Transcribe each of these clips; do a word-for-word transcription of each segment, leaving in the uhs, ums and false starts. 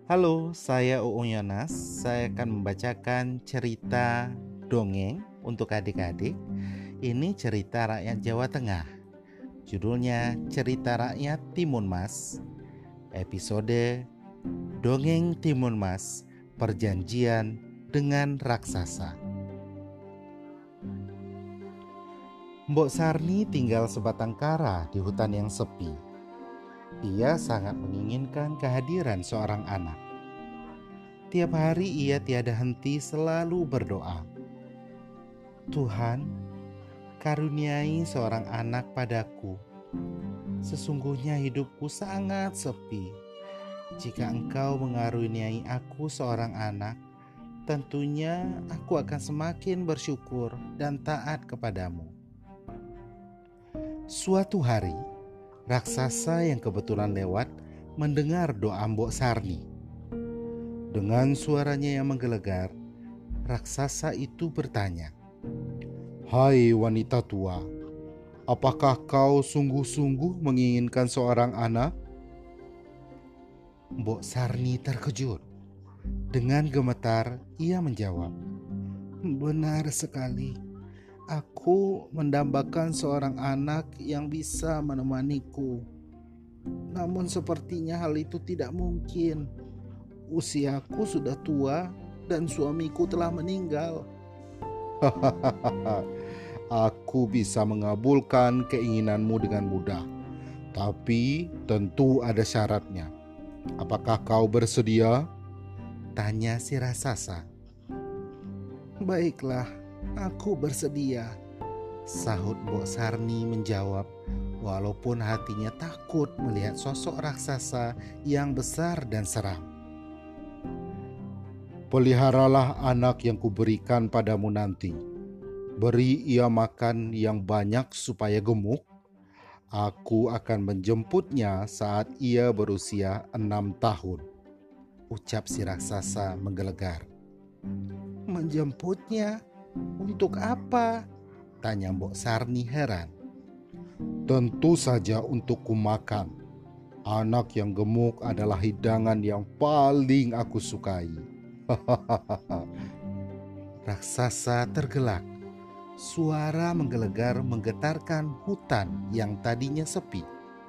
Halo, saya Uung Yonas. Saya akan membacakan cerita dongeng untuk adik-adik. Ini cerita rakyat Jawa Tengah. Judulnya Cerita Rakyat Timun Mas. Episode Dongeng Timun Mas, Perjanjian dengan Raksasa. Mbok Sarni tinggal sebatang kara di hutan yang sepi. Ia sangat menginginkan kehadiran seorang anak. Tiap hari ia tiada henti selalu berdoa. Tuhan, karuniai seorang anak padaku. Sesungguhnya hidupku sangat sepi. Jika Engkau mengaruniai aku seorang anak, tentunya aku akan semakin bersyukur dan taat kepadamu. Suatu hari, raksasa yang kebetulan lewat mendengar doa Mbok Sarni. Dengan suaranya yang menggelegar, raksasa itu bertanya, "Hai wanita tua, apakah kau sungguh-sungguh menginginkan seorang anak?" Mbok Sarni terkejut. Dengan gemetar, ia menjawab, "Benar sekali. Aku mendambakan seorang anak yang bisa menemaniku. Namun sepertinya hal itu tidak mungkin. Usiaku sudah tua dan suamiku telah meninggal." "Hahaha, aku bisa mengabulkan keinginanmu dengan mudah. Tapi tentu ada syaratnya. Apakah kau bersedia?" tanya si raksasa. "Baiklah, aku bersedia," sahut Mbok Sarni menjawab, walaupun hatinya takut melihat sosok raksasa yang besar dan seram. "Peliharalah anak yang kuberikan padamu nanti. Beri ia makan yang banyak supaya gemuk. Aku akan menjemputnya saat ia berusia enam tahun," ucap si raksasa menggelegar. "Menjemputnya? Untuk apa?" tanya Mbok Sarni heran. "Tentu saja untuk kumakan. Anak yang gemuk adalah hidangan yang paling aku sukai." Raksasa tergelak. Suara menggelegar menggetarkan hutan yang tadinya sepi.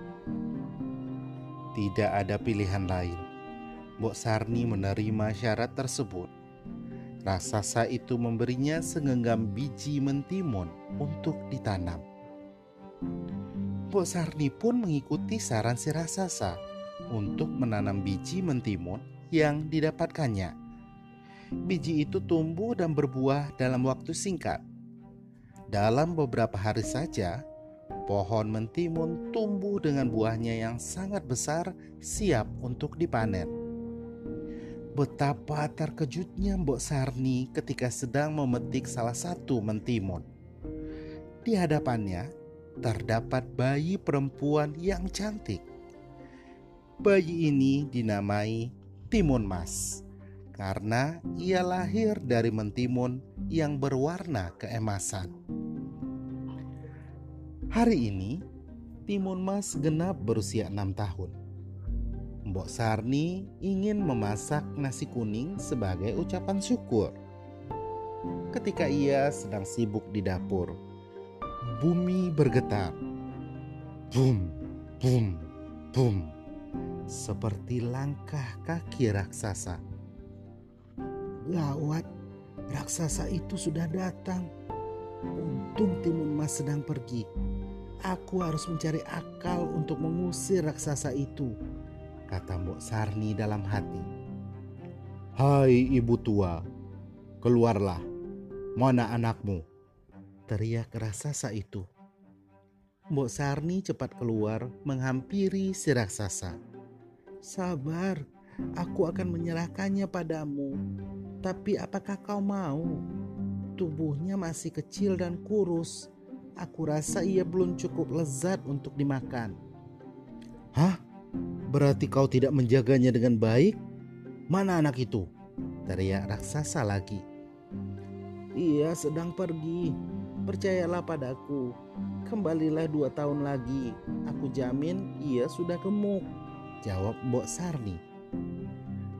Tidak ada pilihan lain. Mbok Sarni menerima syarat tersebut. Raksasa itu memberinya segenggam biji mentimun untuk ditanam. Mbok Sarni pun mengikuti saran si raksasa untuk menanam biji mentimun yang didapatkannya. Biji itu tumbuh dan berbuah dalam waktu singkat. Dalam beberapa hari saja, pohon mentimun tumbuh dengan buahnya yang sangat besar, siap untuk dipanen. Betapa terkejutnya Mbok Sarni ketika sedang memetik salah satu mentimun. Di hadapannya terdapat bayi perempuan yang cantik. Bayi ini dinamai Timun Mas karena ia lahir dari mentimun yang berwarna keemasan. Hari ini, Timun Mas genap berusia enam tahun. Mbok Sarni ingin memasak nasi kuning sebagai ucapan syukur. Ketika ia sedang sibuk di dapur, bumi bergetar. Bum, bum, bum. Seperti langkah kaki raksasa. Gawat, raksasa itu sudah datang. Untung Timun Mas sedang pergi. Aku harus mencari akal untuk mengusir raksasa itu, kata Mbok Sarni dalam hati. "Hai ibu tua, keluarlah. Mana anakmu?" teriak raksasa itu. Mbok Sarni cepat keluar menghampiri si raksasa. "Sabar, aku akan menyerahkannya padamu. Tapi apakah kau mau? Tubuhnya masih kecil dan kurus. Aku rasa ia belum cukup lezat untuk dimakan." "Hah? Berarti kau tidak menjaganya dengan baik? Mana anak itu?" teriak raksasa lagi. "Ia sedang pergi. Percayalah padaku. Kembalilah dua tahun lagi. Aku jamin ia sudah gemuk," jawab Mbok Sarni.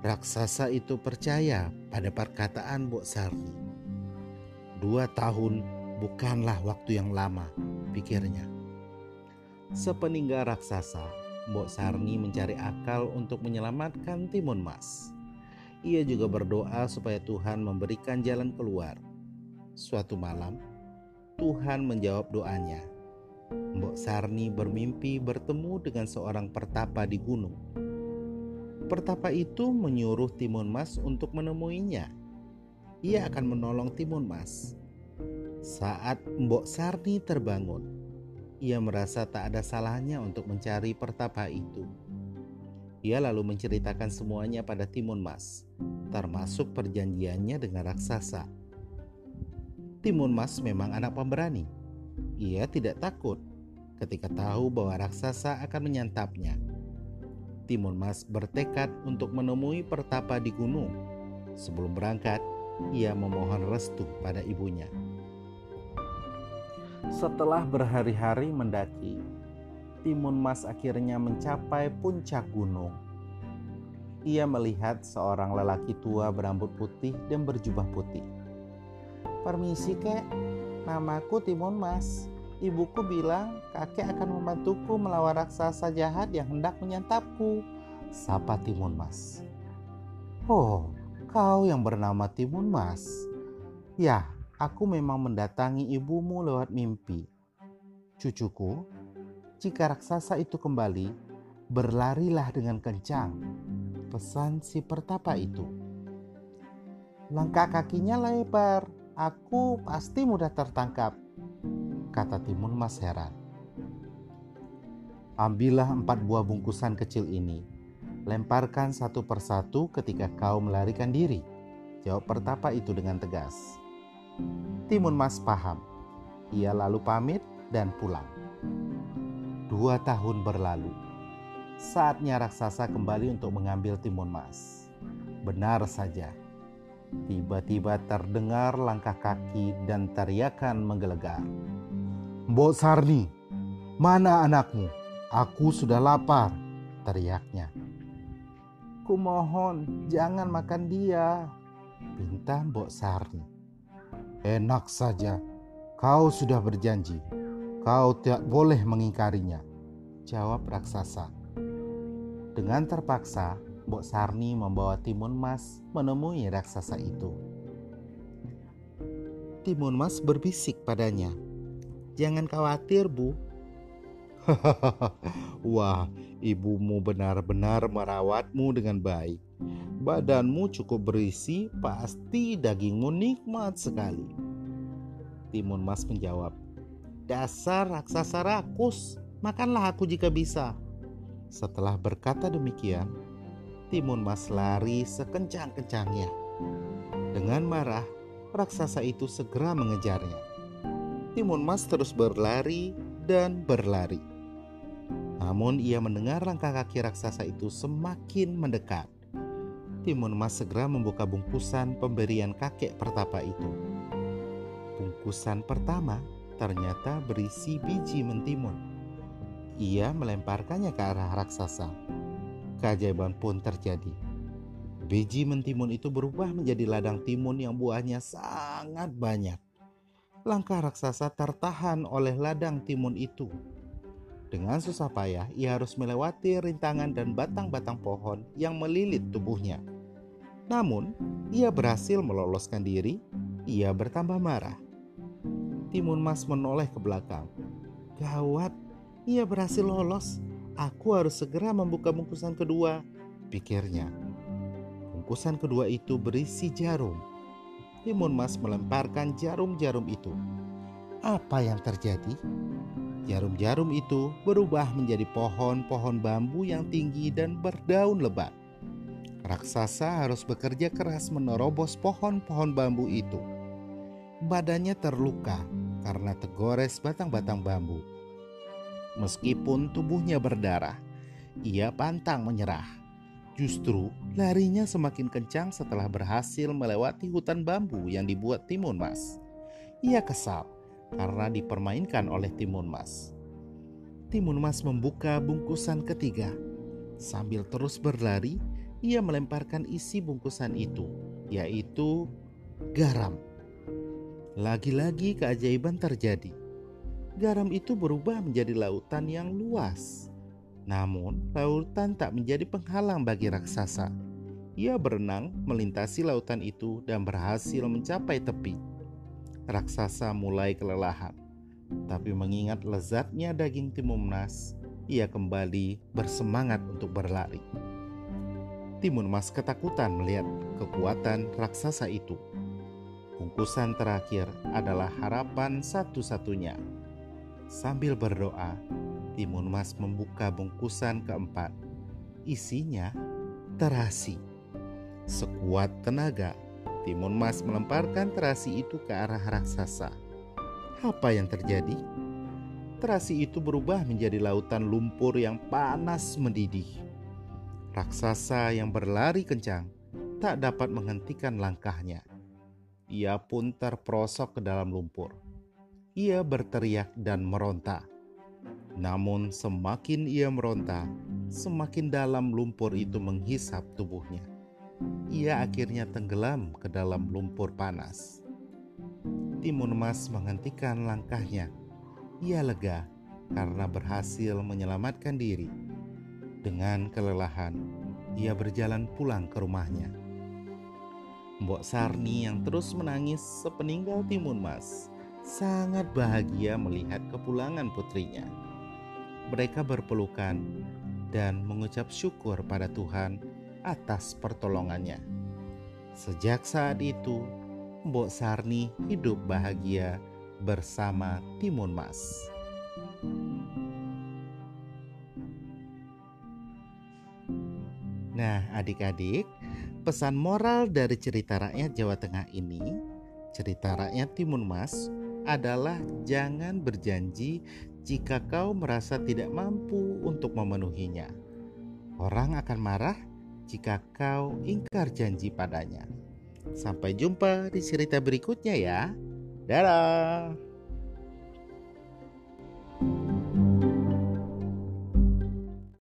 Raksasa itu percaya pada perkataan Mbok Sarni. Dua tahun bukanlah waktu yang lama, pikirnya. Sepeninggal raksasa, Mbok Sarni mencari akal untuk menyelamatkan Timun Mas. Ia juga berdoa supaya Tuhan memberikan jalan keluar. Suatu malam, Tuhan menjawab doanya. Mbok Sarni bermimpi bertemu dengan seorang pertapa di gunung. Pertapa itu menyuruh Timun Mas untuk menemuinya. Ia akan menolong Timun Mas. Saat Mbok Sarni terbangun, ia merasa tak ada salahnya untuk mencari pertapa itu. Ia lalu menceritakan semuanya pada Timun Mas, termasuk perjanjiannya dengan raksasa. Timun Mas memang anak pemberani. Ia tidak takut ketika tahu bahwa raksasa akan menyantapnya. Timun Mas bertekad untuk menemui pertapa di gunung. Sebelum berangkat, ia memohon restu pada ibunya. Setelah berhari-hari mendaki, Timun Mas akhirnya mencapai puncak gunung. Ia melihat seorang lelaki tua berambut putih dan berjubah putih. "Permisi, Kek. Namaku Timun Mas. Ibuku bilang kakek akan membantuku melawan raksasa jahat yang hendak menyantapku," sapa Timun Mas. "Oh, kau yang bernama Timun Mas? Ya, aku memang mendatangi ibumu lewat mimpi. Cucuku, jika raksasa itu kembali, berlarilah dengan kencang," pesan si pertapa itu. "Langkah kakinya lebar, aku pasti mudah tertangkap," kata Timun Mas heran. "Ambillah empat buah bungkusan kecil ini. Lemparkan satu persatu ketika kau melarikan diri," jawab pertapa itu dengan tegas. Timun Mas paham. Ia lalu pamit dan pulang. Dua tahun berlalu. Saatnya raksasa kembali untuk mengambil Timun Mas. Benar saja. Tiba-tiba terdengar langkah kaki dan teriakan menggelegar. "Mbok Sarni, mana anakmu? Aku sudah lapar," teriaknya. "Kumohon, jangan makan dia," pinta Mbok Sarni. "Enak saja, kau sudah berjanji. Kau tidak boleh mengingkarinya," jawab raksasa. Dengan terpaksa, Mbok Sarni membawa Timun Mas menemui raksasa itu. Timun Mas berbisik padanya, "Jangan khawatir, Bu." "Wah, ibumu benar-benar merawatmu dengan baik. Badanmu cukup berisi, pasti dagingmu nikmat sekali." Timun Mas menjawab, "Dasar raksasa rakus, makanlah aku jika bisa." Setelah berkata demikian, Timun Mas lari sekencang-kencangnya. Dengan marah, raksasa itu segera mengejarnya. Timun Mas terus berlari dan berlari. Namun ia mendengar langkah kaki raksasa itu semakin mendekat. Timun Mas segera membuka bungkusan pemberian kakek pertapa itu. Bungkusan pertama ternyata berisi biji mentimun. Ia melemparkannya ke arah raksasa. Keajaiban pun terjadi. Biji mentimun itu berubah menjadi ladang timun yang buahnya sangat banyak. Langkah raksasa tertahan oleh ladang timun itu. Dengan susah payah, ia harus melewati rintangan dan batang-batang pohon yang melilit tubuhnya. Namun, ia berhasil meloloskan diri. Ia bertambah marah. Timun Mas menoleh ke belakang. "Gawat, ia berhasil lolos. Aku harus segera membuka bungkusan kedua," pikirnya. Bungkusan kedua itu berisi jarum. Timun Mas melemparkan jarum-jarum itu. Apa yang terjadi? Jarum-jarum itu berubah menjadi pohon-pohon bambu yang tinggi dan berdaun lebat. Raksasa harus bekerja keras menerobos pohon-pohon bambu itu. Badannya terluka karena tergores batang-batang bambu. Meskipun tubuhnya berdarah, ia pantang menyerah. Justru larinya semakin kencang setelah berhasil melewati hutan bambu yang dibuat Timun Mas. Ia kesal karena dipermainkan oleh Timun Mas. Timun Mas membuka bungkusan ketiga. Sambil terus berlari, ia melemparkan isi bungkusan itu, yaitu garam. Lagi-lagi keajaiban terjadi. Garam itu berubah menjadi lautan yang luas. Namun, lautan tak menjadi penghalang bagi raksasa. Ia berenang melintasi lautan itu dan berhasil mencapai tepi. Raksasa mulai kelelahan, tapi mengingat lezatnya daging timun mas, ia kembali bersemangat untuk berlari. Timun mas ketakutan melihat kekuatan raksasa itu. Bungkusan terakhir adalah harapan satu-satunya. Sambil berdoa, Timun Mas membuka bungkusan keempat. Isinya terasi. Sekuat tenaga, Timun Mas melemparkan terasi itu ke arah raksasa. Apa yang terjadi? Terasi itu berubah menjadi lautan lumpur yang panas mendidih. Raksasa yang berlari kencang tak dapat menghentikan langkahnya. Ia pun terperosok ke dalam lumpur. Ia berteriak dan meronta. Namun semakin ia meronta, semakin dalam lumpur itu menghisap tubuhnya. Ia akhirnya tenggelam ke dalam lumpur panas. Timun Mas menghentikan langkahnya. Ia lega karena berhasil menyelamatkan diri. Dengan kelelahan, ia berjalan pulang ke rumahnya. Mbok Sarni yang terus menangis sepeninggal Timun Mas sangat bahagia melihat kepulangan putrinya. Mereka berpelukan dan mengucap syukur pada Tuhan atas pertolongannya. Sejak saat itu, Mbok Sarni hidup bahagia bersama Timun Mas. Nah, adik-adik, pesan moral dari cerita rakyat Jawa Tengah ini, cerita rakyat Timun Mas, adalah jangan berjanji jika kau merasa tidak mampu untuk memenuhinya. Orang akan marah jika kau ingkar janji padanya. Sampai jumpa di cerita berikutnya ya. Dadah.